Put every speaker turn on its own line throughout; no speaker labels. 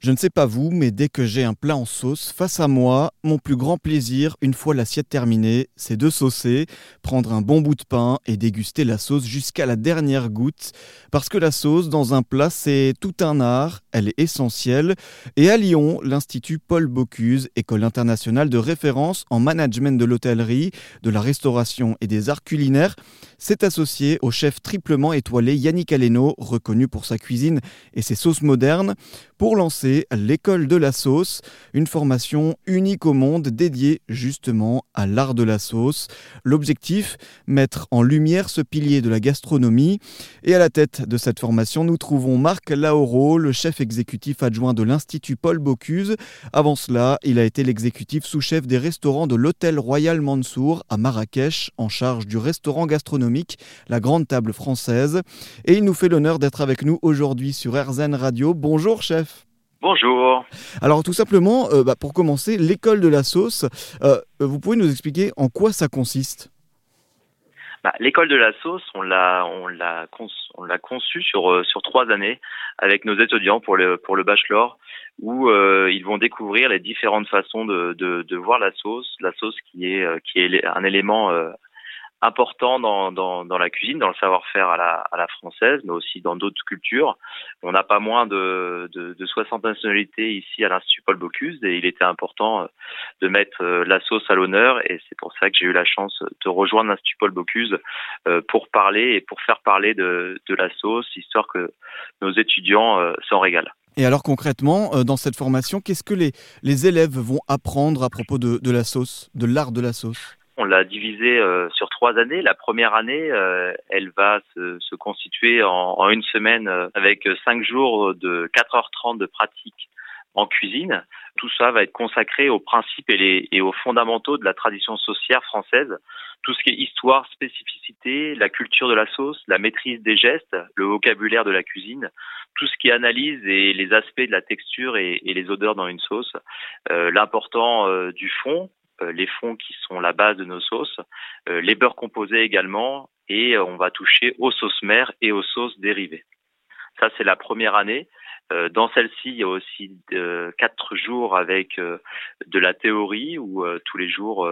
Je ne sais pas vous, mais dès que j'ai un plat en sauce face à moi, mon plus grand plaisir, une fois l'assiette terminée, c'est de saucer, prendre un bon bout de pain et déguster la sauce jusqu'à la dernière goutte. Parce que la sauce dans un plat, c'est tout un art, elle est essentielle. Et à Lyon, l'Institut Paul Bocuse, école internationale de référence en management de l'hôtellerie, de la restauration et des arts culinaires, s'est associé au chef triplement étoilé Yannick Aleno, reconnu pour sa cuisine et ses sauces modernes, pour lancer l'école de la sauce, une formation unique au monde dédiée justement à l'art de la sauce. L'objectif, mettre en lumière ce pilier de la gastronomie. Et à la tête de cette formation, nous trouvons Marc Lauro, le chef exécutif adjoint de l'Institut Paul Bocuse. Avant cela, il a été l'exécutif sous-chef des restaurants de l'Hôtel Royal Mansour à Marrakech, en charge du restaurant gastronomique, la Grande Table Française. Et il nous fait l'honneur d'être avec nous aujourd'hui sur RZN Radio. Bonjour chef.
Bonjour.
Alors tout simplement, pour commencer, l'école de la sauce, vous pouvez nous expliquer en quoi ça consiste ?
L'école de la sauce, on l'a conçue sur 3 années avec nos étudiants pour le bachelor, où ils vont découvrir les différentes façons de voir la sauce qui est un élément important dans la cuisine, dans le savoir-faire à la française, mais aussi dans d'autres cultures. On n'a pas moins de 60 nationalités ici à l'Institut Paul Bocuse, et il était important de mettre la sauce à l'honneur, et c'est pour ça que j'ai eu la chance de rejoindre l'Institut Paul Bocuse pour parler et pour faire parler de la sauce, histoire que nos étudiants s'en régalent.
Et alors concrètement, dans cette formation, qu'est-ce que les élèves vont apprendre à propos de la sauce, de l'art de la sauce ?
On l'a divisé sur 3 années. La première année, elle va se constituer en une semaine avec 5 jours de 4h30 de pratique en cuisine. Tout ça va être consacré aux principes et aux fondamentaux de la tradition saucière française. Tout ce qui est histoire, spécificité, la culture de la sauce, la maîtrise des gestes, le vocabulaire de la cuisine, tout ce qui est analyse et les aspects de la texture et les odeurs dans une sauce. L'important du fond, les fonds qui sont la base de nos sauces, les beurres composés également, et on va toucher aux sauces mères et aux sauces dérivées. Ça, c'est la première année. Dans celle-ci, il y a aussi 4 jours avec de la théorie, où tous les jours,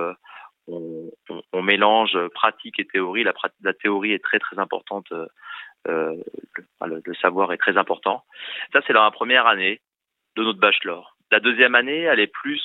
on mélange pratique et théorie. La théorie est très, très importante. Le savoir est très important. Ça, c'est dans la première année de notre bachelor. La deuxième année, elle est plus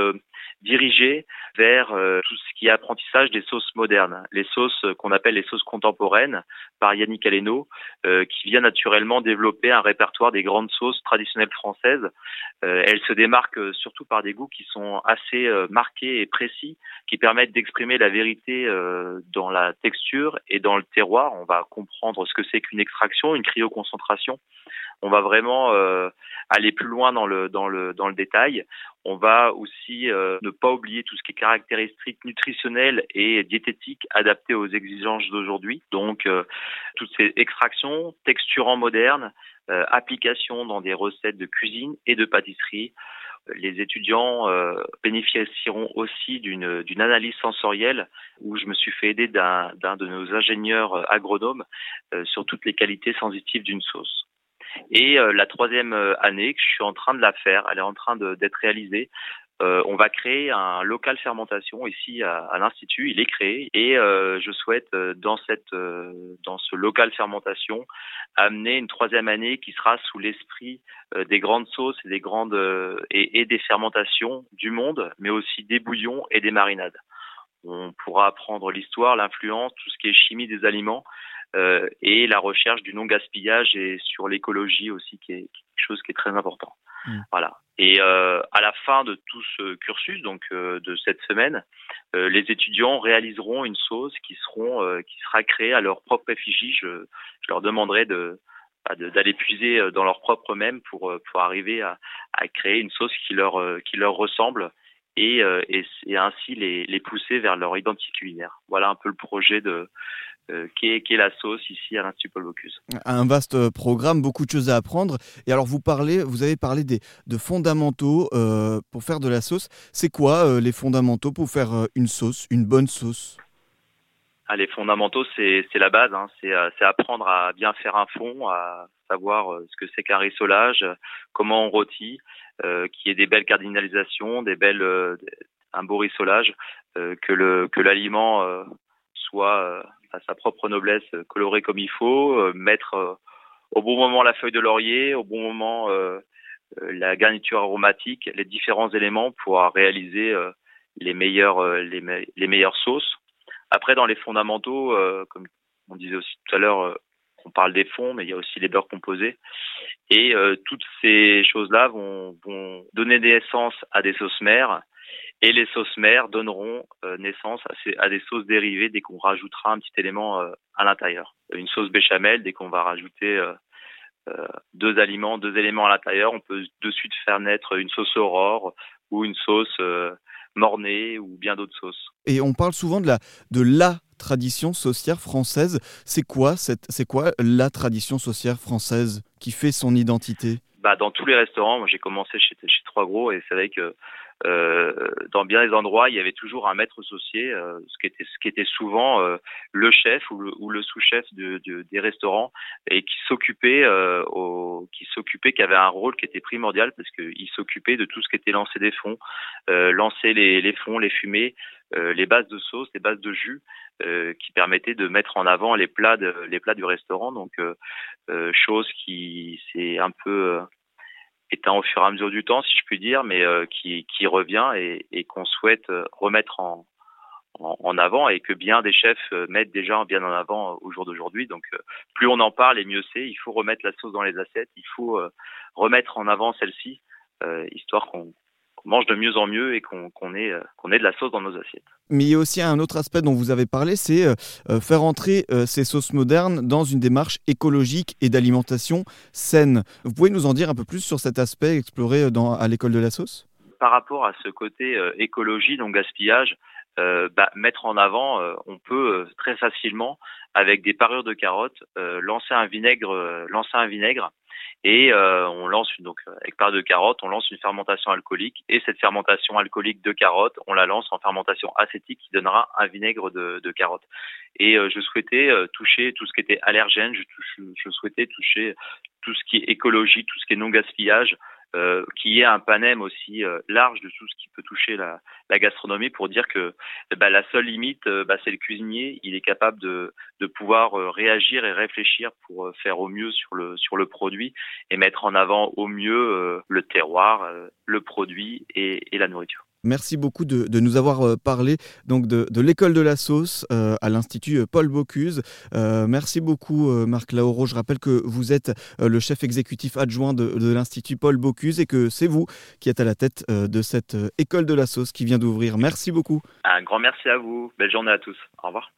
dirigée vers tout ce qui est apprentissage des sauces modernes, les sauces qu'on appelle les sauces contemporaines, par Yannick Aleno, qui vient naturellement développer un répertoire des grandes sauces traditionnelles françaises. Elle se démarque surtout par des goûts qui sont assez marqués et précis, qui permettent d'exprimer la vérité dans la texture et dans le terroir. On va comprendre ce que c'est qu'une extraction, une cryoconcentration. On va vraiment aller plus loin dans le détail. On va aussi ne pas oublier tout ce qui est caractéristiques nutritionnelles et diététiques adaptées aux exigences d'aujourd'hui. Donc, toutes ces extractions, texturants modernes, applications dans des recettes de cuisine et de pâtisserie. Les étudiants bénéficieront aussi d'une analyse sensorielle, où je me suis fait aider d'un de nos ingénieurs agronomes sur toutes les qualités sensitives d'une sauce. Et la troisième année, que je suis en train de la faire, elle est en train d'être réalisée. On va créer un local fermentation ici à l'Institut. Il est créé, et je souhaite dans ce local fermentation amener une troisième année qui sera sous l'esprit des grandes sauces et et des fermentations du monde, mais aussi des bouillons et des marinades. On pourra apprendre l'histoire, l'influence, tout ce qui est chimie des aliments, et la recherche du non-gaspillage, et sur l'écologie aussi, qui est quelque chose qui est très important. Voilà. Et à la fin de tout ce cursus, donc de cette semaine, les étudiants réaliseront une sauce qui sera créée à leur propre effigie. Je leur demanderai d'aller puiser dans leur propre même pour arriver à créer une sauce qui leur ressemble, et ainsi les pousser vers leur identité culinaire. Voilà un peu le projet qui est la sauce ici à l'Institut Paul Bocuse.
Un vaste programme, beaucoup de choses à apprendre. Et alors vous avez parlé de fondamentaux pour faire de la sauce. C'est quoi les fondamentaux pour faire une sauce, une bonne sauce ?
Les fondamentaux, c'est la base. Hein. C'est apprendre à bien faire un fond, à savoir ce que c'est qu'un rissolage, comment on rôtit, qu'il y ait des belles cardinalisations, un beau rissolage, que l'aliment soit à sa propre noblesse, coloré comme il faut, mettre au bon moment la feuille de laurier, au bon moment la garniture aromatique, les différents éléments pour réaliser les meilleures sauces. Après, dans les fondamentaux, comme on disait aussi tout à l'heure, on parle des fonds, mais il y a aussi les beurres composés. Et toutes ces choses-là vont donner naissance à des sauces mères. Et les sauces mères donneront naissance à des sauces dérivées dès qu'on rajoutera un petit élément à l'intérieur. Une sauce béchamel, dès qu'on va rajouter deux éléments à l'intérieur, on peut de suite faire naître une sauce aurore ou une sauce mornay ou bien d'autres sauces.
Et on parle souvent de la tradition saucière française. C'est quoi la tradition saucière française qui fait son identité ?
Dans tous les restaurants, moi j'ai commencé chez Trois Gros et c'est vrai que dans bien des endroits, il y avait toujours un maître saucier, ce qui était souvent le chef ou le sous-chef des restaurants et qui avait un rôle qui était primordial parce qu'il s'occupait de tout ce qui était lancer des fonds, lancer les fonds, les fumées, les bases de sauce, les bases de jus, qui permettaient de mettre en avant les plats du restaurant. Donc chose qui s'est un peu éteint au fur et à mesure du temps, si je puis dire, mais qui revient et qu'on souhaite remettre en avant et que bien des chefs mettent déjà bien en avant au jour d'aujourd'hui. Donc plus on en parle et mieux c'est. Il faut remettre la sauce dans les assiettes, il faut remettre en avant celle-ci, histoire qu'on mange de mieux en mieux et qu'on ait de la sauce dans nos assiettes.
Mais il y a aussi un autre aspect dont vous avez parlé, c'est faire entrer ces sauces modernes dans une démarche écologique et d'alimentation saine. Vous pouvez nous en dire un peu plus sur cet aspect exploré à l'école de la sauce ?
Par rapport à ce côté écologie, donc gaspillage, mettre en avant, on peut très facilement, avec des parures de carottes, lancer un vinaigre et on lance avec parure de carottes, on lance une fermentation alcoolique et cette fermentation alcoolique de carottes, on la lance en fermentation acétique qui donnera un vinaigre de carottes. Et je souhaitais toucher tout ce qui était allergène, je souhaitais toucher tout ce qui est écologie, tout ce qui est non gaspillage, qui est un panème aussi large de tout ce qui peut toucher la gastronomie, pour dire que la seule limite, c'est le cuisinier. Il est capable de pouvoir réagir et réfléchir pour faire au mieux sur le produit et mettre en avant au mieux le terroir, le produit et la nourriture.
Merci beaucoup de nous avoir parlé donc de l'école de la sauce à l'Institut Paul Bocuse. Merci beaucoup Marc Laouro. Je rappelle que vous êtes le chef exécutif adjoint de l'Institut Paul Bocuse et que c'est vous qui êtes à la tête de cette école de la sauce qui vient d'ouvrir. Merci beaucoup.
Un grand merci à vous. Belle journée à tous. Au revoir.